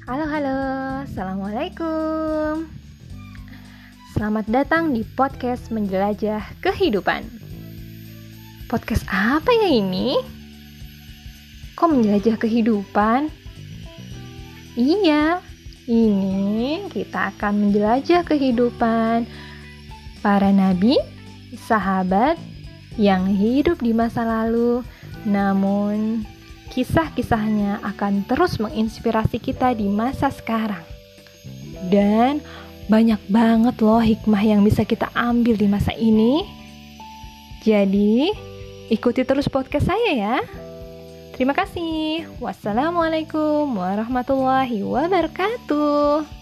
Halo, Assalamualaikum. Selamat datang di podcast Menjelajah Kehidupan. Podcast apa ya ini? Kok menjelajah kehidupan? Iya, ini kita akan menjelajah kehidupan para nabi, sahabat yang hidup di masa lalu, namun kisah-kisahnya akan terus menginspirasi kita di masa sekarang. Dan banyak banget loh hikmah yang bisa kita ambil di masa ini. Jadi, ikuti terus podcast saya ya. Terima kasih. Wassalamualaikum warahmatullahi wabarakatuh.